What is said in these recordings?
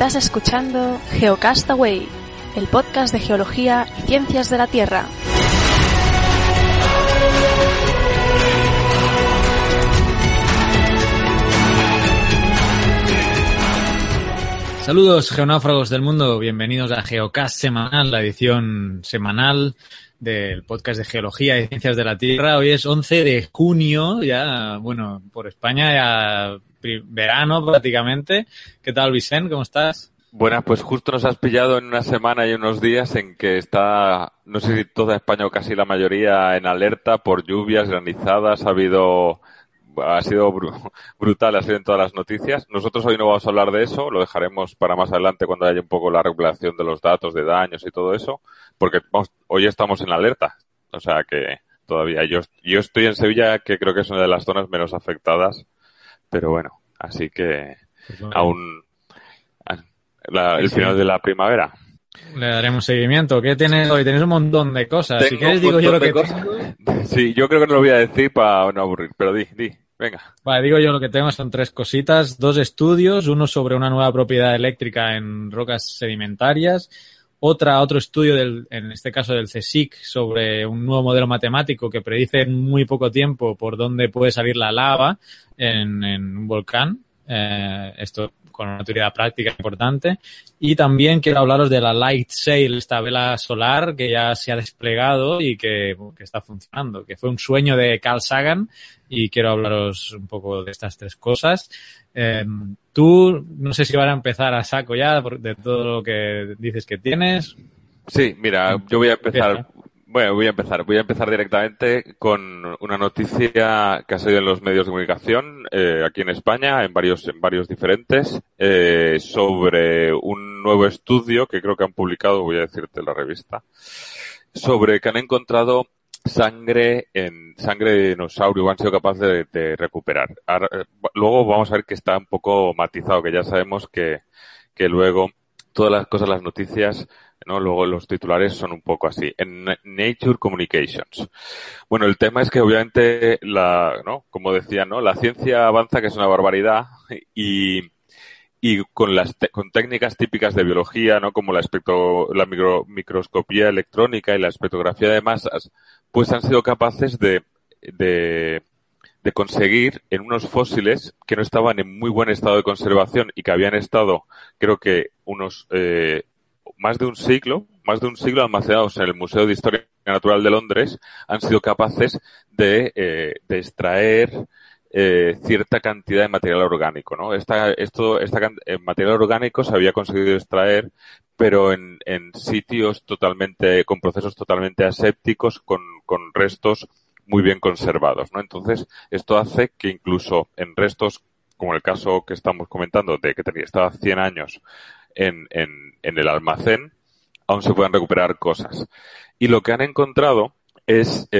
Estás escuchando Geocastaway, el podcast de geología y ciencias de la Tierra. Saludos geonáufragos del mundo, bienvenidos a Geocast Semanal, la edición semanal del podcast de geología y ciencias de la Tierra. Hoy es 11 de junio, ya, bueno, por España ya verano prácticamente. ¿Qué tal, Vicent? ¿Cómo estás? Buenas, pues justo nos has pillado en una semana y unos días en que está, no sé si toda España o casi la mayoría, en alerta por lluvias, granizadas. Ha sido brutal, ha sido en todas las noticias. Nosotros hoy no vamos a hablar de eso, lo dejaremos para más adelante cuando haya un poco la regulación de los datos de daños y todo eso, porque hoy estamos en alerta. O sea que todavía yo estoy en Sevilla, que creo que es una de las zonas menos afectadas, pero bueno, así que pues bueno, aún el final de la primavera. Le daremos seguimiento. ¿Qué tienes hoy? Tienes un montón de cosas. Si quieres digo yo lo que tengo. Sí, yo creo que no lo voy a decir para no aburrir, pero di. Venga. Vale, digo yo lo que tengo son 3 cositas, 2 estudios, uno sobre una nueva propiedad eléctrica en rocas sedimentarias, otro estudio en este caso del CSIC sobre un nuevo modelo matemático que predice en muy poco tiempo por dónde puede salir la lava en un volcán. Esto con una teoría práctica importante. Y también quiero hablaros de la Light Sail, esta vela solar que ya se ha desplegado y que está funcionando, que fue un sueño de Carl Sagan, y quiero hablaros un poco de estas 3 cosas. Tú, no sé si van a empezar a saco ya de todo lo que dices que tienes. Sí, mira, yo voy a empezar. Bueno, voy a empezar directamente con una noticia que ha salido en los medios de comunicación aquí en España, en varios diferentes, sobre un nuevo estudio que creo que han publicado, voy a decirte la revista, sobre que han encontrado sangre de dinosaurio, han sido capaces de recuperar. Ahora, luego vamos a ver que está un poco matizado, que ya sabemos que luego todas las cosas, las noticias, ¿no? Luego los titulares son un poco así. En Nature Communications. Bueno, el tema es que obviamente ¿no? Como decía, ¿no? La ciencia avanza, que es una barbaridad, y con técnicas típicas de biología, ¿no? Como la microscopía electrónica y la espectrografía de masas, pues han sido capaces de conseguir en unos fósiles que no estaban en muy buen estado de conservación y que habían estado, creo que más de un siglo almacenados en el Museo de Historia Natural de Londres, han sido capaces de extraer cierta cantidad de material orgánico, ¿no? Material orgánico se había conseguido extraer, pero en sitios con procesos totalmente asépticos, con restos muy bien conservados, ¿no? Entonces, esto hace que incluso en restos, como el caso que estamos comentando, de que estaba 100 años en el almacén, aún se pueden recuperar cosas. Y lo que han encontrado es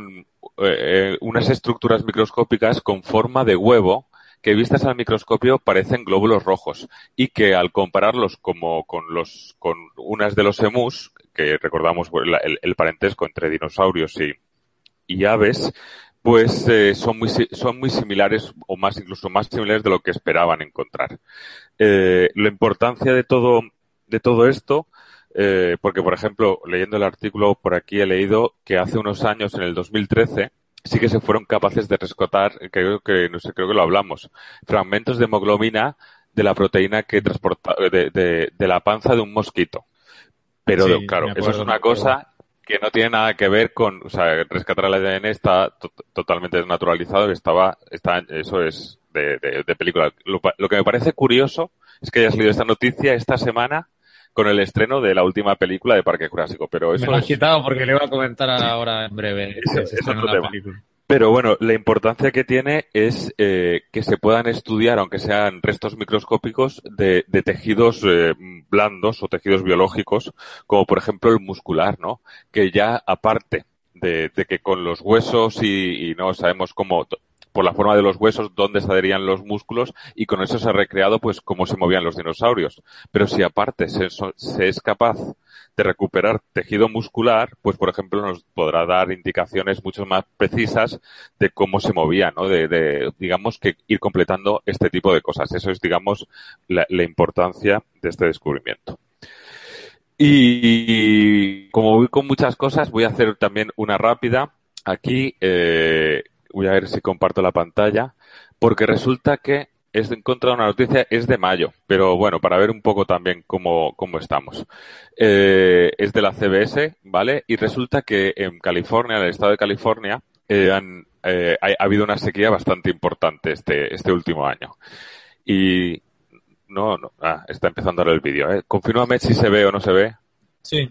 unas estructuras microscópicas con forma de huevo que, vistas al microscopio, parecen glóbulos rojos, y que al compararlos con unas de los emus, que recordamos el parentesco entre dinosaurios y aves, pues son muy similares, o incluso más similares de lo que esperaban encontrar. La importancia de todo esto, porque, por ejemplo, leyendo el artículo por aquí he leído que hace unos años, en el 2013, sí que se fueron capaces de rescatar, creo que lo hablamos, fragmentos de hemoglobina de la proteína que transporta de la panza de un mosquito. Pero sí, claro, eso es una cosa que no tiene nada que ver con, o sea, rescatar el ADN está totalmente desnaturalizado, eso es de película. Lo que me parece curioso es que hayas leído esta noticia esta semana con el estreno de la última película de Parque Jurásico, pero eso me lo has quitado porque le voy a comentar ahora en breve. Es otro tema. Pero bueno, la importancia que tiene es que se puedan estudiar, aunque sean restos microscópicos, de tejidos blandos o tejidos biológicos, como por ejemplo el muscular, ¿no? Que ya, aparte de que con los huesos y no sabemos cómo, por la forma de los huesos dónde se adherían los músculos, y con eso se ha recreado pues cómo se movían los dinosaurios. Pero si aparte se es capaz de recuperar tejido muscular, pues por ejemplo nos podrá dar indicaciones mucho más precisas de cómo se movía, ¿no? Digamos que ir completando este tipo de cosas. Eso es, digamos, la importancia de este descubrimiento. Y como voy con muchas cosas, voy a hacer también una rápida. Aquí voy a ver si comparto la pantalla, porque resulta que he encontrado una noticia, es de mayo, pero bueno, para ver un poco también cómo estamos. Es de la CBS, ¿vale? Y resulta que en California, en el estado de California, ha habido una sequía bastante importante este último año. Y está empezando ahora el vídeo, ¿eh? Confírmame si se ve o no se ve. Sí.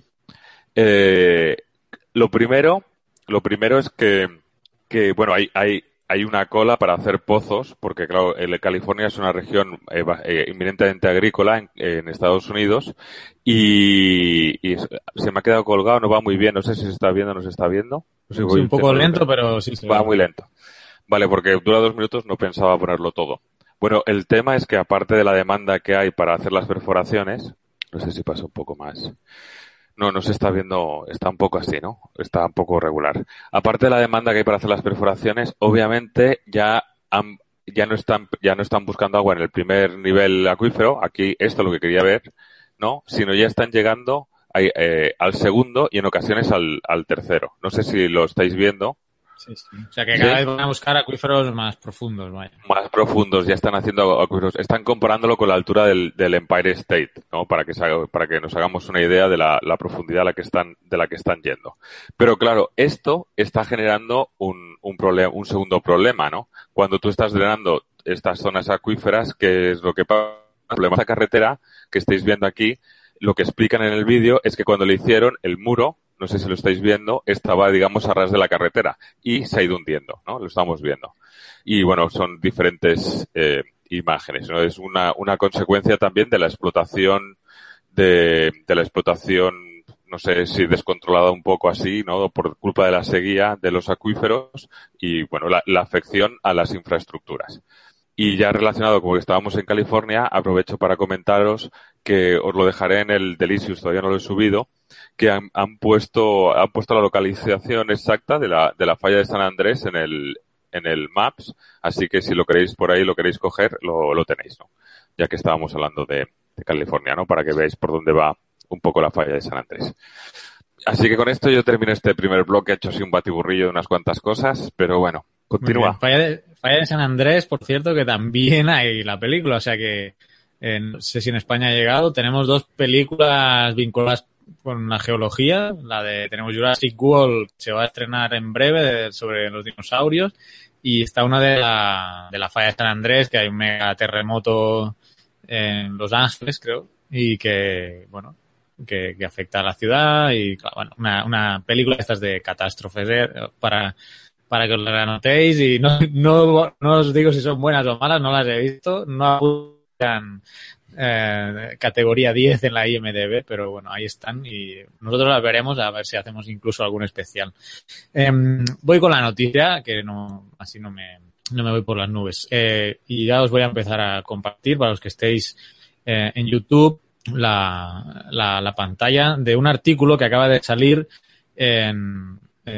Lo primero es que bueno, hay una cola para hacer pozos, porque claro, California es una región inminentemente agrícola en Estados Unidos, y se me ha quedado colgado, no va muy bien, no sé si se está viendo o no se está viendo. No sé, sí, un poco lento, pero sí se va muy lento. Vale, porque dura 2 minutos, no pensaba ponerlo todo. Bueno, el tema es que aparte de la demanda que hay para hacer las perforaciones, no sé si pasa un poco más. No se está viendo, está un poco así, ¿no? Está un poco regular. Aparte de la demanda que hay para hacer las perforaciones, obviamente ya no están buscando agua en el primer nivel acuífero, aquí esto es lo que quería ver, ¿no? Sino ya están llegando al segundo y en ocasiones al tercero. No sé si lo estáis viendo. Sí. O sea que cada vez van a buscar acuíferos más profundos, vaya. Más profundos, ya están haciendo acuíferos. Están comparándolo con la altura del Empire State, ¿no? Para que nos hagamos una idea de la profundidad de la que están yendo. Pero claro, esto está generando un segundo problema, ¿no? Cuando tú estás drenando estas zonas acuíferas, ¿qué es lo que pasa? El problema de esta carretera que estáis viendo aquí, lo que explican en el vídeo es que cuando le hicieron el muro, no sé si lo estáis viendo, estaba, digamos, a ras de la carretera y se ha ido hundiendo, ¿no? Lo estamos viendo. Y bueno, son diferentes imágenes, ¿no? Es una consecuencia también de la explotación, no sé si descontrolada un poco así, ¿no? Por culpa de la sequía de los acuíferos y, bueno, la afección a las infraestructuras. Y ya relacionado con que estábamos en California, aprovecho para comentaros que os lo dejaré en el Delicious, todavía no lo he subido, que han puesto la localización exacta de la falla de San Andrés en el Maps, así que si lo queréis por ahí, lo queréis coger, lo tenéis, ¿no? Ya que estábamos hablando de California, ¿no? Para que veáis por dónde va un poco la falla de San Andrés. Así que con esto yo termino este primer bloque, he hecho así un batiburrillo de unas cuantas cosas, pero bueno, continúa. Falla de San Andrés, por cierto, que también hay la película, o sea que no sé si en España ha llegado. Tenemos 2 películas vinculadas con la geología. Tenemos Jurassic World, se va a estrenar en breve, sobre los dinosaurios, y está una de la falla de San Andrés, que hay un mega terremoto en Los Ángeles, creo, y que, bueno, que afecta a la ciudad, y claro, bueno, una película de estas de catástrofes, para que os la anotéis, y no os digo si son buenas o malas, no las he visto, no apuntan categoría 10 en la IMDb, pero bueno, ahí están y nosotros las veremos a ver si hacemos incluso algún especial. Voy con la noticia, que así no me voy por las nubes, y ya os voy a empezar a compartir para los que estéis en YouTube la pantalla de un artículo que acaba de salir en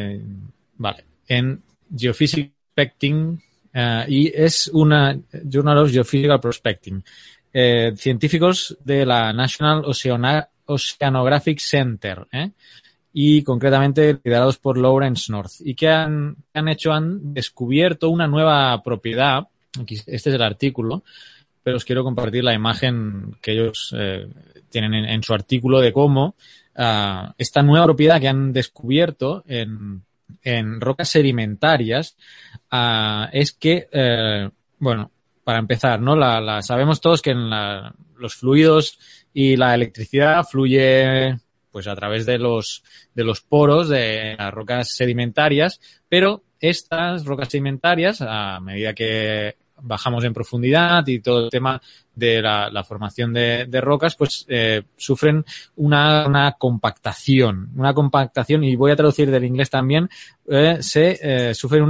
Geophysical Prospecting, y es una Journal of Geophysical Prospecting. Científicos de la National Oceanographic Center, y concretamente liderados por Lawrence North. ¿Y qué han hecho? Han descubierto una nueva propiedad. Aquí, este es el artículo, pero os quiero compartir la imagen que ellos tienen en su artículo de cómo esta nueva propiedad que han descubierto en rocas sedimentarias es que, bueno, para empezar, ¿no? Sabemos todos que en los fluidos y la electricidad fluye pues a través de los poros de las rocas sedimentarias, pero estas rocas sedimentarias, a medida que bajamos en profundidad y todo el tema de la formación de rocas, pues sufren una compactación, y voy a traducir del inglés también, sufren una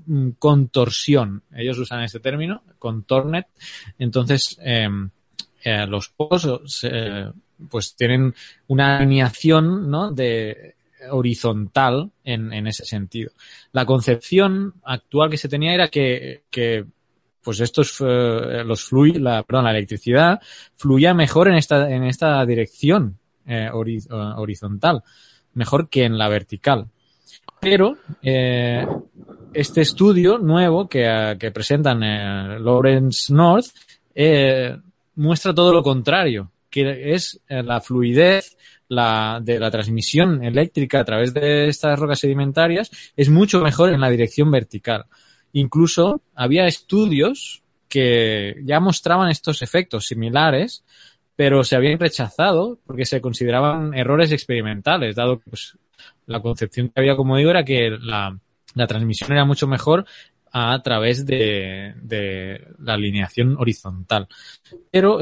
contorsión. Ellos usan este término, contornet. Entonces, los polos pues tienen una alineación, ¿no?, de horizontal en ese sentido. La concepción actual que se tenía era que pues estos la electricidad fluía mejor en esta dirección horizontal, mejor que en la vertical. Pero este estudio nuevo que presentan Lawrence North muestra todo lo contrario, que es la fluidez de la transmisión eléctrica a través de estas rocas sedimentarias es mucho mejor en la dirección vertical. Incluso había estudios que ya mostraban estos efectos similares, pero se habían rechazado porque se consideraban errores experimentales, dado que pues, la concepción que había, como digo, era que la transmisión era mucho mejor a través de la alineación horizontal. Pero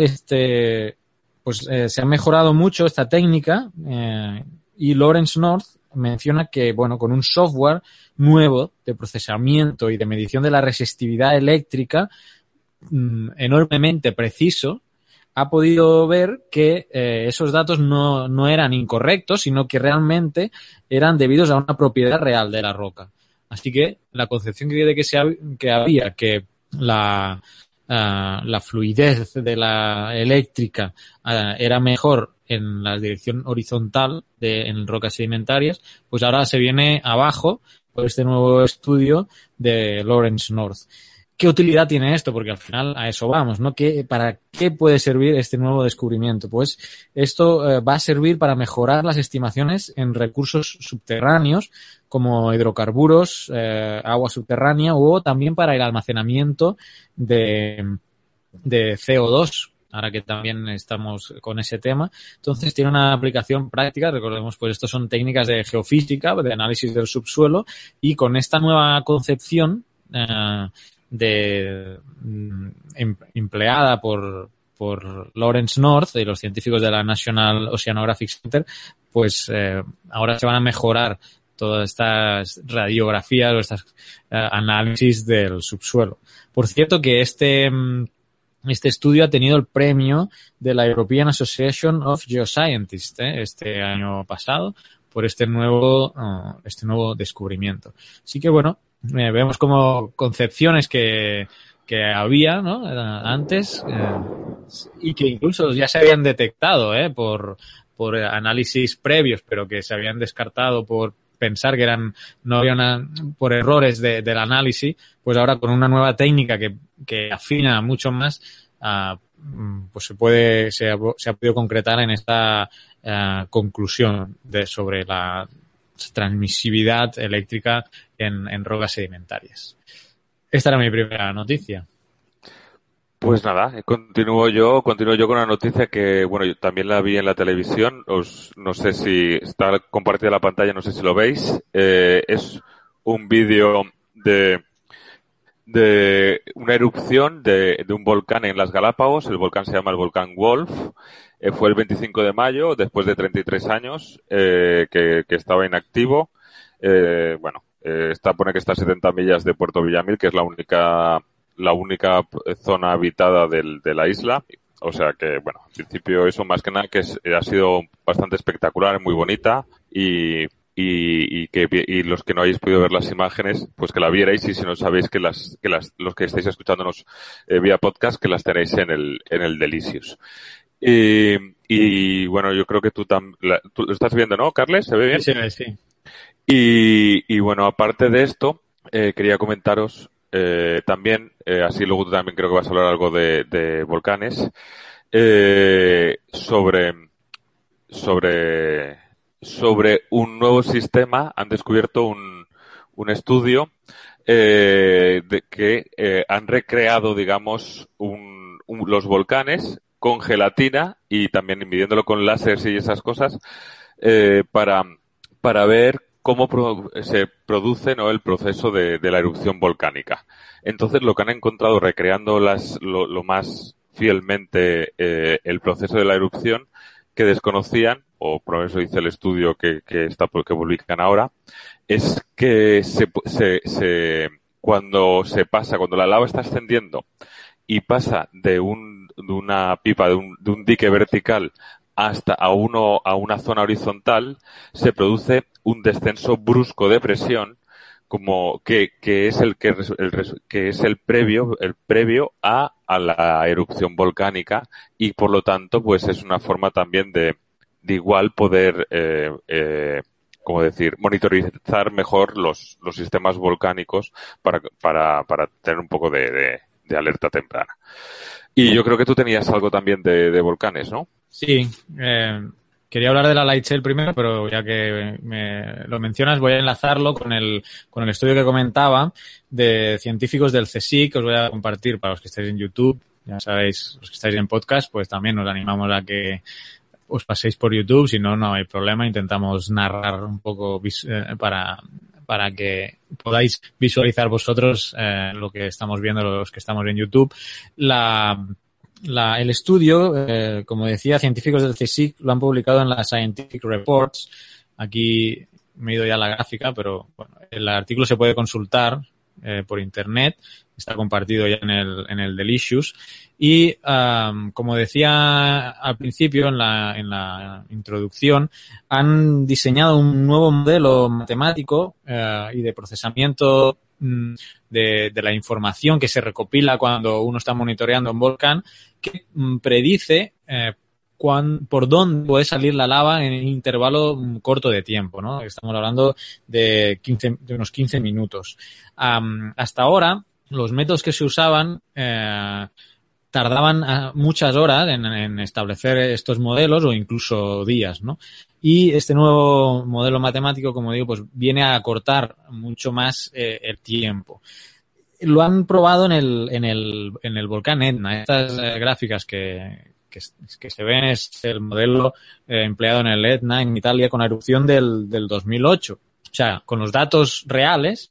se ha mejorado mucho esta técnica y Lawrence North menciona que, bueno, con un software nuevo de procesamiento y de medición de la resistividad eléctrica enormemente preciso, ha podido ver que esos datos no eran incorrectos, sino que realmente eran debidos a una propiedad real de la roca. Así que la concepción que había que la fluidez de la eléctrica era mejor en la dirección horizontal en rocas sedimentarias, pues ahora se viene abajo por este nuevo estudio de Lawrence North. ¿Qué utilidad tiene esto? Porque al final a eso vamos, ¿no? ¿Para qué puede servir este nuevo descubrimiento? Pues esto va a servir para mejorar las estimaciones en recursos subterráneos como hidrocarburos, agua subterránea o también para el almacenamiento de CO2, ahora que también estamos con ese tema. Entonces tiene una aplicación práctica, recordemos, pues estos son técnicas de geofísica, de análisis del subsuelo, y con esta nueva concepción empleada por Lawrence North y los científicos de la National Oceanographic Center, pues ahora se van a mejorar todas estas radiografías o estas análisis del subsuelo. Por cierto que este estudio ha tenido el premio de la European Association of Geoscientists este año pasado por este nuevo descubrimiento. Así que bueno, vemos como concepciones que había, ¿no?, antes y que incluso ya se habían detectado por análisis previos, pero que se habían descartado por pensar que por errores del análisis, pues ahora con una nueva técnica que afina mucho más, pues se ha podido concretar en esta conclusión sobre la transmisividad eléctrica en rocas sedimentarias. Esta era mi primera noticia. Pues nada, continúo yo con una noticia que, bueno, yo también la vi en la televisión. No sé si está compartida la pantalla, no sé si lo veis. Es un vídeo de una erupción de un volcán en las Galápagos. El volcán se llama el volcán Wolf. Fue el 25 de mayo, después de 33 años que estaba inactivo. Pone que está a 70 millas de Puerto Villamil, que es la única zona habitada de la isla. O sea que, bueno, en principio eso más que nada que ha sido bastante espectacular, muy bonita y los que no hayáis podido ver las imágenes, pues que la vierais, y si no sabéis los que estáis escuchándonos vía podcast, que las tenéis en el Delicious. Y bueno, yo creo que tú lo estás viendo, ¿no, Carles? ¿Se ve bien? Sí, sí. Y bueno, aparte de esto, quería comentaros también, así luego tú también creo que vas a hablar algo de volcanes, sobre un nuevo sistema. Han descubierto un estudio que han recreado, digamos, los volcanes con gelatina y también midiéndolo con láseres y esas cosas para ver cómo se produce, ¿no?, el proceso de la erupción volcánica. Entonces, lo que han encontrado recreando lo más fielmente el proceso de la erupción que desconocían, o por eso dice el estudio que publican ahora, es que cuando la lava está ascendiendo y pasa de una pipa, de un dique vertical hasta a una zona horizontal, se produce un descenso brusco de presión, como que es el previo a la erupción volcánica, y por lo tanto pues es una forma también de igual poder monitorizar mejor los sistemas volcánicos para tener un poco de alerta temprana. Y yo creo que tú tenías algo también de volcanes, ¿no? Sí, quería hablar de la Light Shale primero, pero ya que me lo mencionas, voy a enlazarlo con el estudio que comentaba de científicos del CSIC, que os voy a compartir para los que estáis en YouTube. Ya sabéis, los que estáis en podcast, pues también nos animamos a que os paséis por YouTube. Si no, no hay problema. Intentamos narrar un poco para que podáis visualizar vosotros lo que estamos viendo, los que estamos en YouTube. El estudio, como decía, científicos del CSIC lo han publicado en la Scientific Reports. Aquí me he ido ya a la gráfica, pero bueno, el artículo se puede consultar por internet. Está compartido ya en el Delicious. Y, como decía al principio en la introducción, han diseñado un nuevo modelo matemático y de procesamiento de la información que se recopila cuando uno está monitoreando un volcán, que predice por dónde puede salir la lava en un intervalo corto de tiempo, ¿no? Estamos hablando de unos 15 minutos. Hasta ahora, los métodos que se usaban tardaban muchas horas en establecer estos modelos o incluso días, ¿no? Y este nuevo modelo matemático, como digo, pues viene a acortar mucho más el tiempo. Lo han probado en el volcán Etna. Estas gráficas que se ven es el modelo empleado en el Etna, en Italia, con la erupción del 2008. O sea, con los datos reales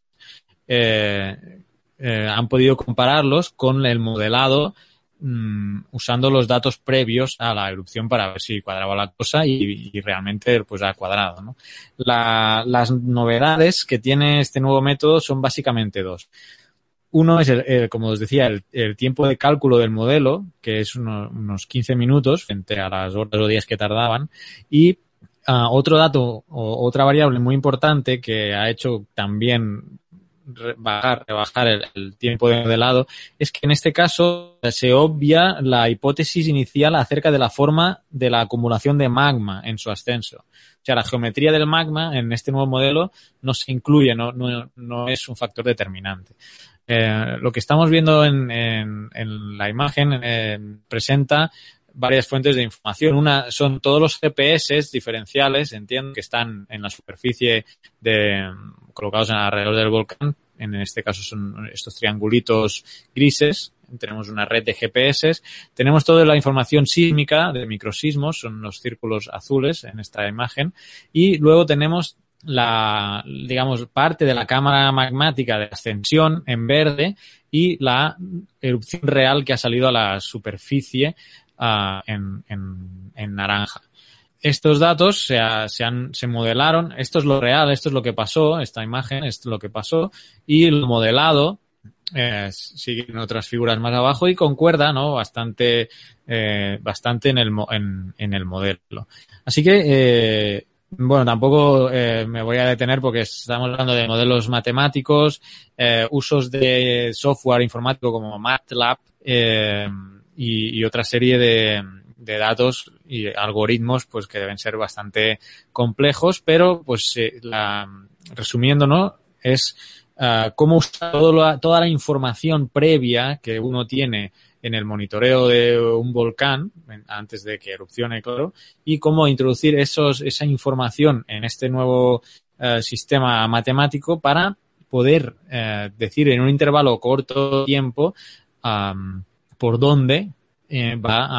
han podido compararlos con el modelado usando los datos previos a la erupción para ver si cuadraba la cosa y realmente pues ha cuadrado, ¿no? Las novedades que tiene este nuevo método son básicamente dos. Uno es, como os decía, el tiempo de cálculo del modelo, que es unos 15 minutos frente a las horas o días que tardaban. Y otro dato o otra variable muy importante que ha hecho también rebajar el tiempo de modelado es que en este caso se obvia la hipótesis inicial acerca de la forma de la acumulación de magma en su ascenso. O sea, la geometría del magma en este nuevo modelo no se incluye, no es un factor determinante. Lo que estamos viendo en la imagen presenta varias fuentes de información. Una son todos los GPS diferenciales, entiendo, que están en la superficie colocados alrededor del volcán. En este caso son estos triangulitos grises. Tenemos una red de GPS. Tenemos toda la información sísmica de microsismos, son los círculos azules en esta imagen. Y luego tenemos parte de la cámara magmática de ascensión en verde y la erupción real que ha salido a la superficie en naranja. Estos datos se modelaron, esto es lo real, esto es lo que pasó, esta imagen es lo que pasó, y lo modelado siguen otras figuras más abajo y concuerda, ¿no? bastante en el modelo. Así que bueno, tampoco me voy a detener porque estamos hablando de modelos matemáticos, usos de software informático como MATLAB y otra serie de datos y algoritmos pues que deben ser bastante complejos, pero pues resumiendo, ¿no? Es cómo usar toda la información previa que uno tiene en el monitoreo de un volcán antes de que erupcione, claro, y cómo introducir esa información en este nuevo sistema matemático para poder decir en un intervalo corto de tiempo por dónde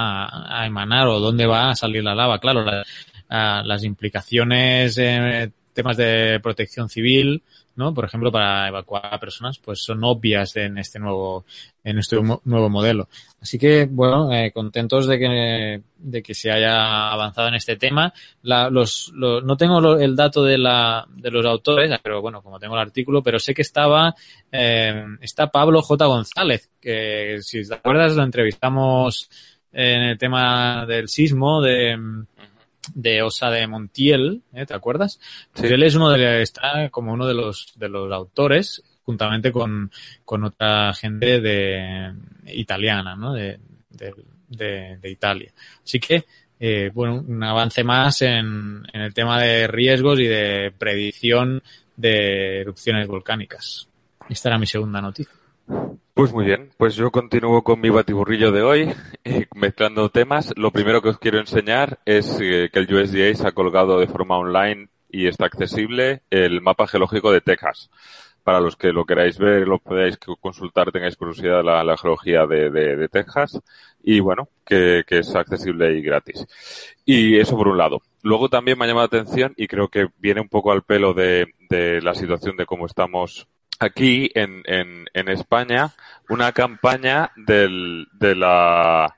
va a emanar o dónde va a salir la lava. Claro, las implicaciones temas de protección civil, ¿no? Por ejemplo, para evacuar a personas, pues son obvias en este nuevo modelo. Así que, bueno, contentos de que se haya avanzado en este tema. No tengo el dato de los autores, pero bueno, como tengo el artículo, pero sé que está Pablo J. González, que si te acuerdas lo entrevistamos en el tema del sismo de Osa de Montiel, ¿te acuerdas? Pues sí. Él es está como uno de los autores, juntamente con otra gente italiana, ¿no? De Italia. Así que, bueno, un avance más en el tema de riesgos y de predicción de erupciones volcánicas. Esta era mi segunda noticia. Pues muy bien, pues yo continúo con mi batiburrillo de hoy, mezclando temas. Lo primero que os quiero enseñar es que el USDA se ha colgado de forma online y está accesible el mapa geológico de Texas. Para los que lo queráis ver, lo podáis consultar, tengáis curiosidad de la geología de Texas. Y bueno, que es accesible y gratis. Y eso por un lado. Luego también me ha llamado la atención y creo que viene un poco al pelo de la situación de cómo estamos aquí en España, una campaña de la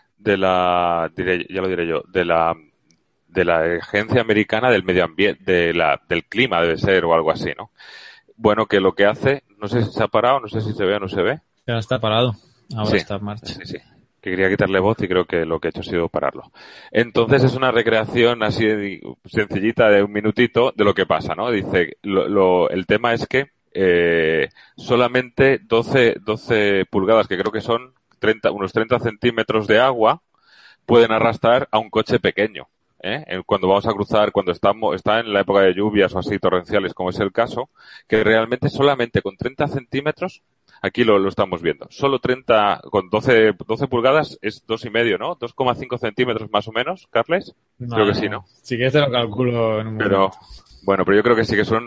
Agencia Americana del Medio Ambiente, del Clima debe ser o algo así, ¿no? Bueno, que lo que hace, no sé si se ha parado, no sé si se ve o no se ve. Ya está parado, ahora está en marcha. Sí. Que quería quitarle voz y creo que lo que he hecho ha sido pararlo. Entonces es una recreación así sencillita de un minutito de lo que pasa, ¿no? Dice, el tema es que solamente 12 pulgadas, que creo que son unos 30 centímetros de agua, pueden arrastrar a un coche pequeño. Cuando vamos a cruzar, cuando está en la época de lluvias o así torrenciales, como es el caso, que realmente solamente con 30 centímetros, aquí lo estamos viendo, solo 30, con 12 pulgadas es 2,5, ¿no? 2,5 centímetros más o menos, Carles. No, creo que sí, ¿no? Sí que te lo calculo en un momento. Bueno, pero yo creo que sí que son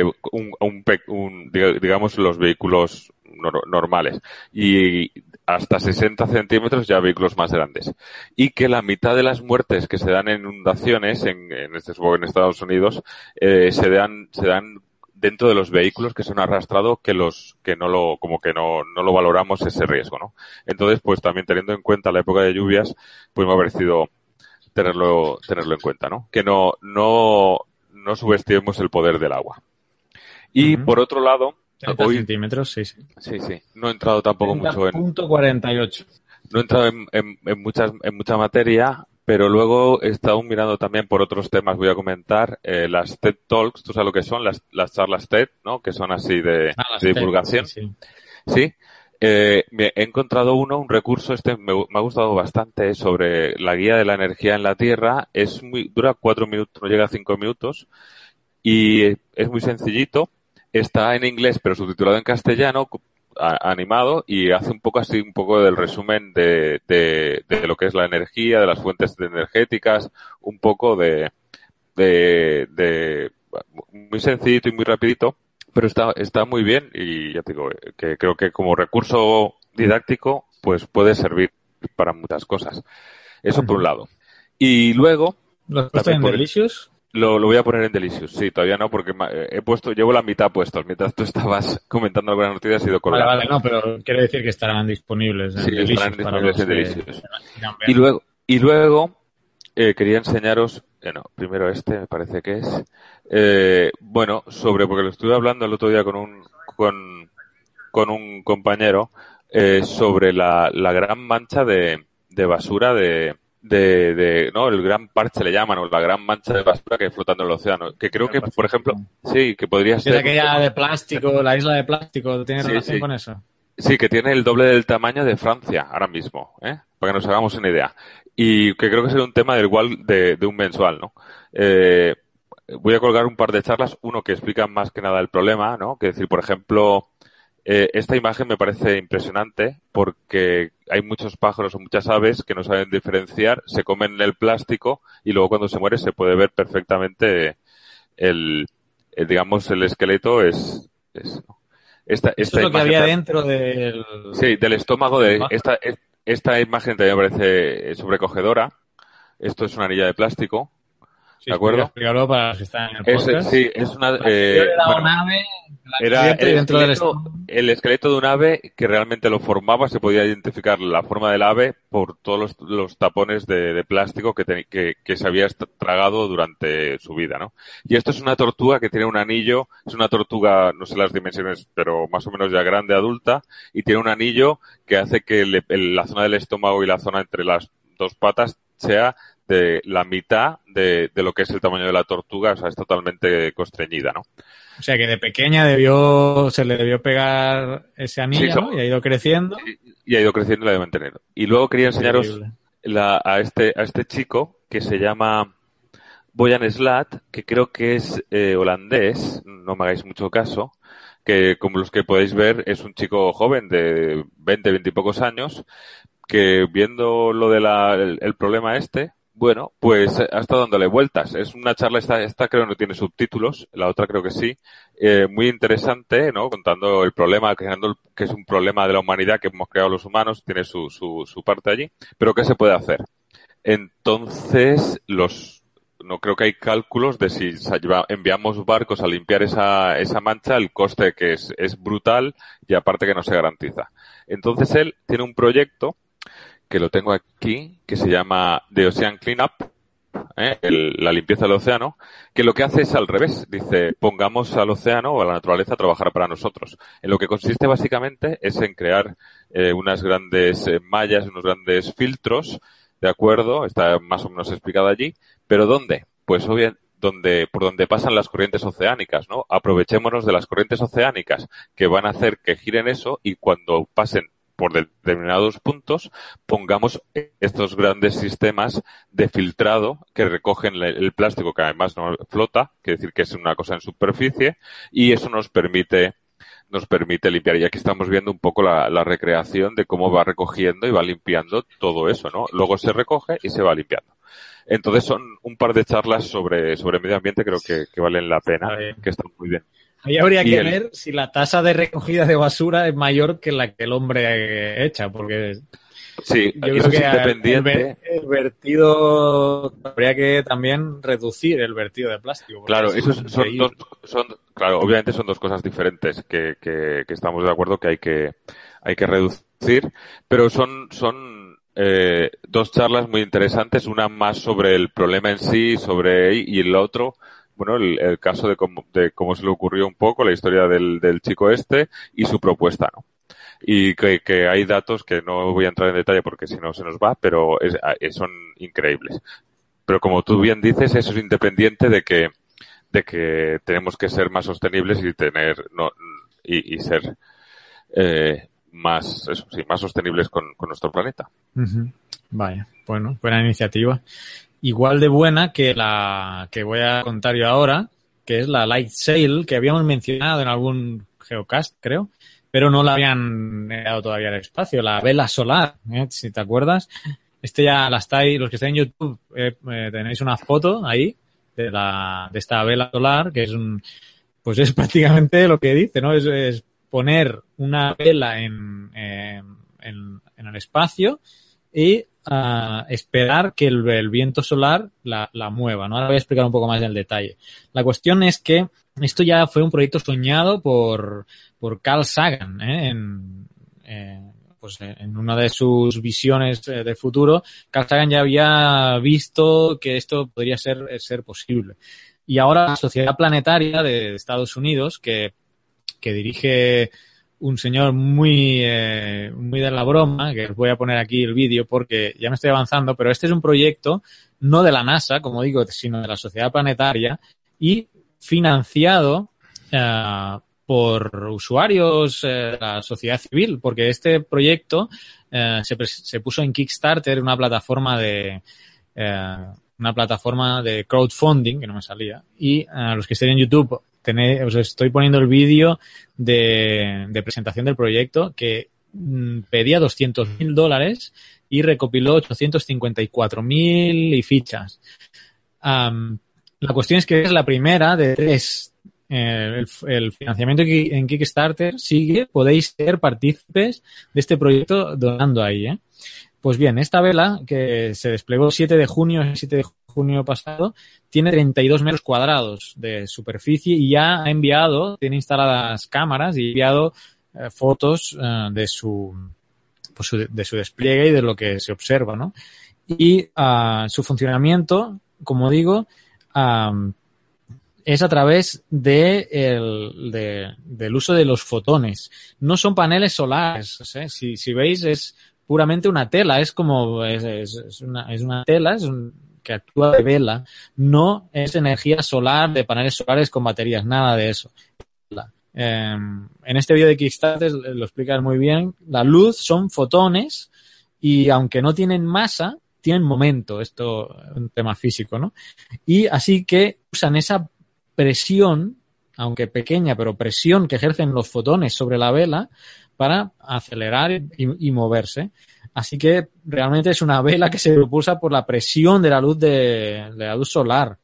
digamos los vehículos normales y hasta 60 centímetros ya vehículos más grandes. Y que la mitad de las muertes que se dan en inundaciones en Estados Unidos se dan dentro de los vehículos que se han arrastrado que no lo valoramos ese riesgo, ¿no? Entonces, pues también teniendo en cuenta la época de lluvias, pues me ha parecido tenerlo en cuenta, ¿no? Que no subestimemos el poder del agua. Y por otro lado, 30 centímetros, sí. Sí. No he entrado tampoco mucho en... 48. No he entrado en mucha materia, pero luego he estado mirando también por otros temas. Voy a comentar las TED Talks. ¿Tú sabes lo que son? Las charlas TED, ¿no? Que son así de divulgación. Sí. He encontrado un recurso, me ha gustado bastante, sobre la guía de la energía en la Tierra. Dura 4 minutos, no llega a 5 minutos. Y es muy sencillito. Está en inglés, pero subtitulado en castellano, animado, y hace un poco del resumen de lo que es la energía, de las fuentes energéticas, un poco de muy sencillito y muy rapidito, pero está muy bien y ya te digo que creo que como recurso didáctico pues puede servir para muchas cosas. Eso por un lado. Y luego... ¿Lo has puesto en Delicious? Lo voy a poner en Delicious, sí, todavía no, porque llevo la mitad puestos. Mientras tú estabas comentando algunas noticias, he ido colgando. Vale, no, pero quiere decir que estarán disponibles en Delicious. Sí, estarán disponibles en Delicious. Y luego quería enseñaros, primero me parece que es, porque lo estuve hablando el otro día con un compañero, sobre la gran mancha de basura ¿no? El gran parche le llaman, o la gran mancha de basura que hay flotando en el océano. Que creo que, por ejemplo, sí, que podría ser... Es aquella de plástico, la isla de plástico, ¿tiene relación con eso? Sí, que tiene el doble del tamaño de Francia ahora mismo, para que nos hagamos una idea. Y que creo que sería un tema del igual de un mensual, ¿no? Voy a colgar un par de charlas, uno que explica más que nada el problema, ¿no? Que decir, por ejemplo... esta imagen me parece impresionante porque hay muchos pájaros o muchas aves que no saben diferenciar, se comen el plástico y luego cuando se muere se puede ver perfectamente el esqueleto Esta es lo que había dentro del... Sí, del estómago de... Esta imagen también me parece sobrecogedora. Esto es una anilla de plástico ¿de acuerdo? Explícalo para los que están en el podcast. Sí, es una... nave, era el esqueleto de un ave que realmente lo formaba, se podía identificar la forma del ave por todos los tapones de plástico que se había tragado durante su vida, ¿no? Y esto es una tortuga que tiene un anillo, es una tortuga, no sé las dimensiones, pero más o menos ya grande, adulta, y tiene un anillo que hace que la zona del estómago y la zona entre las dos patas sea de la mitad de lo que es el tamaño de la tortuga, o sea, es totalmente constreñida, ¿no? O sea, que de pequeña se le debió pegar ese anillo, sí, ¿no? Y ha ido creciendo. Y ha ido creciendo y la ha ido manteniendo. Y luego quería enseñaros a este chico que se llama Boyan Slat, que creo que es holandés, no me hagáis mucho caso, que como los que podéis ver es un chico joven de 20 y pocos años, que viendo lo de el problema bueno, pues ha estado dándole vueltas. Es una charla, esta creo que no tiene subtítulos, la otra creo que sí, muy interesante, ¿no? Contando el problema, que es un problema de la humanidad que hemos creado los humanos, tiene su parte allí, pero ¿qué se puede hacer? Entonces, no creo que hay cálculos de si enviamos barcos a limpiar esa mancha, el coste que es brutal y aparte que no se garantiza. Entonces él tiene un proyecto que lo tengo aquí, que se llama The Ocean Cleanup, la limpieza del océano, que lo que hace es al revés. Dice, pongamos al océano o a la naturaleza a trabajar para nosotros. En lo que consiste básicamente es en crear unas grandes mallas, unos grandes filtros, ¿de acuerdo? Está más o menos explicado allí. ¿Pero dónde? Pues obviamente por donde pasan las corrientes oceánicas, ¿no? Aprovechémonos de las corrientes oceánicas que van a hacer que giren eso y cuando pasen por determinados puntos, pongamos estos grandes sistemas de filtrado que recogen el plástico que además no flota, quiere decir que es una cosa en superficie, y eso nos permite limpiar. Y aquí estamos viendo un poco la recreación de cómo va recogiendo y va limpiando todo eso, ¿no? Luego se recoge y se va limpiando. Entonces son un par de charlas sobre medio ambiente, creo que valen la pena, que están muy bien. Ahí habría que ver si la tasa de recogida de basura es mayor que la que el hombre echa, porque sí, yo creo que independiente. El vertido habría que también reducir el vertido de plástico. Claro, esos claro, obviamente son dos cosas diferentes que estamos de acuerdo que hay que reducir, pero son dos charlas muy interesantes, una más sobre el problema en sí, y el otro, bueno, el caso de cómo se le ocurrió un poco la historia del chico y su propuesta, ¿no? Y que hay datos que no voy a entrar en detalle porque si no se nos va, pero son increíbles. Pero como tú bien dices, eso es independiente de que tenemos que ser más sostenibles y ser más sostenibles con nuestro planeta. Uh-huh. Vaya, bueno, buena iniciativa. Igual de buena que la que voy a contar yo ahora, que es la Light Sail, que habíamos mencionado en algún Geocast, creo, pero no la habían dado todavía al espacio, la vela solar, si te acuerdas. Ya la estáis, los que estáis en YouTube, tenéis una foto ahí de esta vela solar, que pues es prácticamente lo que dice, ¿no? Es poner una vela en el espacio y esperar que el viento solar la mueva, ¿no? Ahora voy a explicar un poco más en detalle. La cuestión es que esto ya fue un proyecto soñado por Carl Sagan, pues en una de sus visiones de futuro. Carl Sagan ya había visto que esto podría ser posible. Y ahora la Sociedad Planetaria de Estados Unidos, que dirige un señor muy de la broma, que os voy a poner aquí el vídeo porque ya me estoy avanzando, pero este es un proyecto no de la NASA, como digo, sino de la Sociedad Planetaria y financiado por usuarios de la sociedad civil, porque este proyecto se puso en Kickstarter, una plataforma de crowdfunding, que no me salía, y los que estén en YouTube os estoy poniendo el vídeo de presentación del proyecto que pedía $200,000 y recopiló 854,000 y fichas. La cuestión es que es la primera de tres. El financiamiento en Kickstarter sigue, podéis ser partícipes de este proyecto donando ahí, Pues bien, esta vela que se desplegó el 7 de junio junio pasado, tiene 32 metros cuadrados de superficie y ya ha enviado, tiene instaladas cámaras y ha enviado fotos de su despliegue y de lo que se observa, ¿no? Y su funcionamiento, como digo, es a través del uso de los fotones. No son paneles solares, ¿sí? Si veis, es puramente una tela, es como, es una tela, que actúa de vela, no es energía solar de paneles solares con baterías, nada de eso. En este vídeo de Kickstarter lo explican muy bien, la luz son fotones y aunque no tienen masa, tienen momento, esto es un tema físico, ¿no? Y así que usan esa presión, aunque pequeña, pero presión que ejercen los fotones sobre la vela para acelerar y moverse. Así que realmente es una vela que se propulsa por la presión de la luz solar,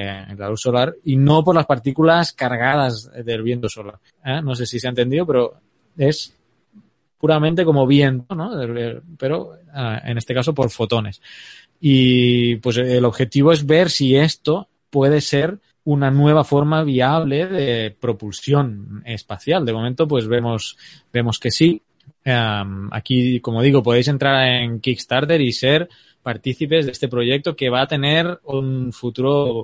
y no por las partículas cargadas del viento solar. No sé si se ha entendido, pero es puramente como viento, ¿no? Pero en este caso por fotones. Y pues el objetivo es ver si esto puede ser una nueva forma viable de propulsión espacial. De momento, pues vemos que sí. Aquí, como digo, podéis entrar en Kickstarter y ser partícipes de este proyecto que va a tener un futuro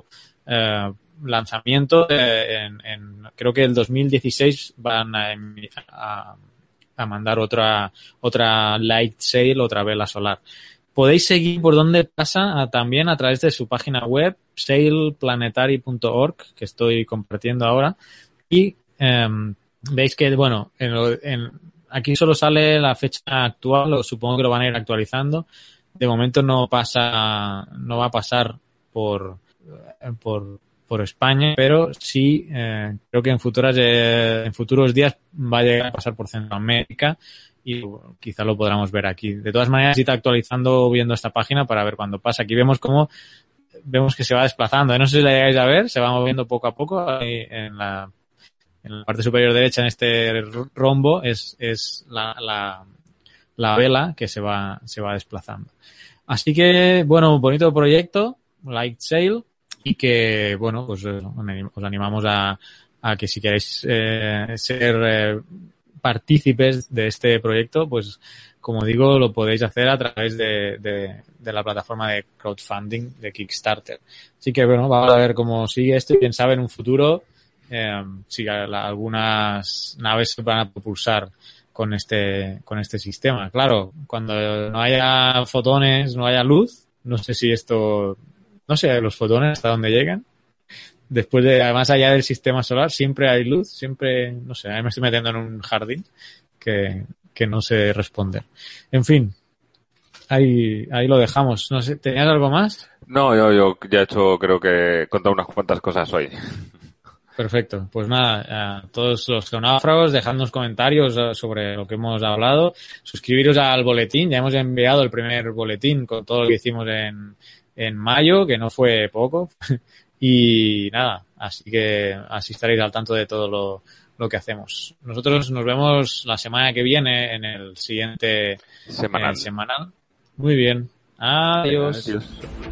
lanzamiento creo que el 2016 van a mandar otra light sail, otra vela solar. Podéis seguir por donde pasa también a través de su página web, sailplanetary.org, que estoy compartiendo ahora. Y veis que, bueno, aquí solo sale la fecha actual, o supongo que lo van a ir actualizando. De momento no va a pasar por España, pero sí creo que en futuros días va a llegar a pasar por Centroamérica y quizá lo podamos ver aquí. De todas maneras, está actualizando viendo esta página para ver cuándo pasa. Aquí vemos que se va desplazando. No sé si la llegáis a ver, se va moviendo poco a poco. Ahí en la parte superior derecha, en este rombo, es la vela que se va desplazando. Así que, bueno, bonito proyecto, Light Sail, y que, bueno, pues os animamos a que si queréis ser partícipes de este proyecto, pues como digo, lo podéis hacer a través de la plataforma de crowdfunding de Kickstarter. Así que, bueno, vamos a ver cómo sigue esto y quién sabe en un futuro si algunas naves se van a propulsar con este sistema. Claro, cuando no haya fotones, no haya luz, no sé si los fotones hasta dónde llegan. Después además allá del sistema solar, siempre hay luz, siempre, no sé, ahí me estoy metiendo en un jardín que no sé responder. En fin, ahí lo dejamos. No sé, ¿tenías algo más? No, yo ya he hecho, creo que he contado unas cuantas cosas hoy. Perfecto. Pues nada, a todos los geonáufragos, dejadnos comentarios sobre lo que hemos hablado. Suscribiros al boletín. Ya hemos enviado el primer boletín con todo lo que hicimos en mayo, que no fue poco. Y nada, así que así estaréis al tanto de todo lo que hacemos. Nosotros nos vemos la semana que viene en el siguiente semanal. Muy bien. Adiós. Adiós.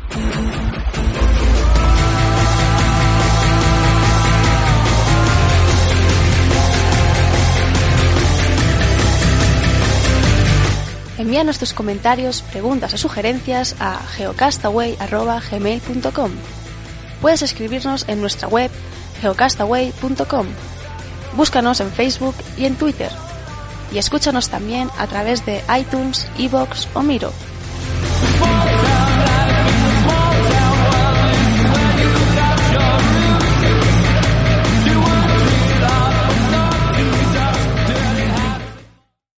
Envíanos tus comentarios, preguntas o sugerencias a geocastaway@gmail.com. Puedes escribirnos en nuestra web geocastaway.com. Búscanos en Facebook y en Twitter. Y escúchanos también a través de iTunes, iVoox o Miro.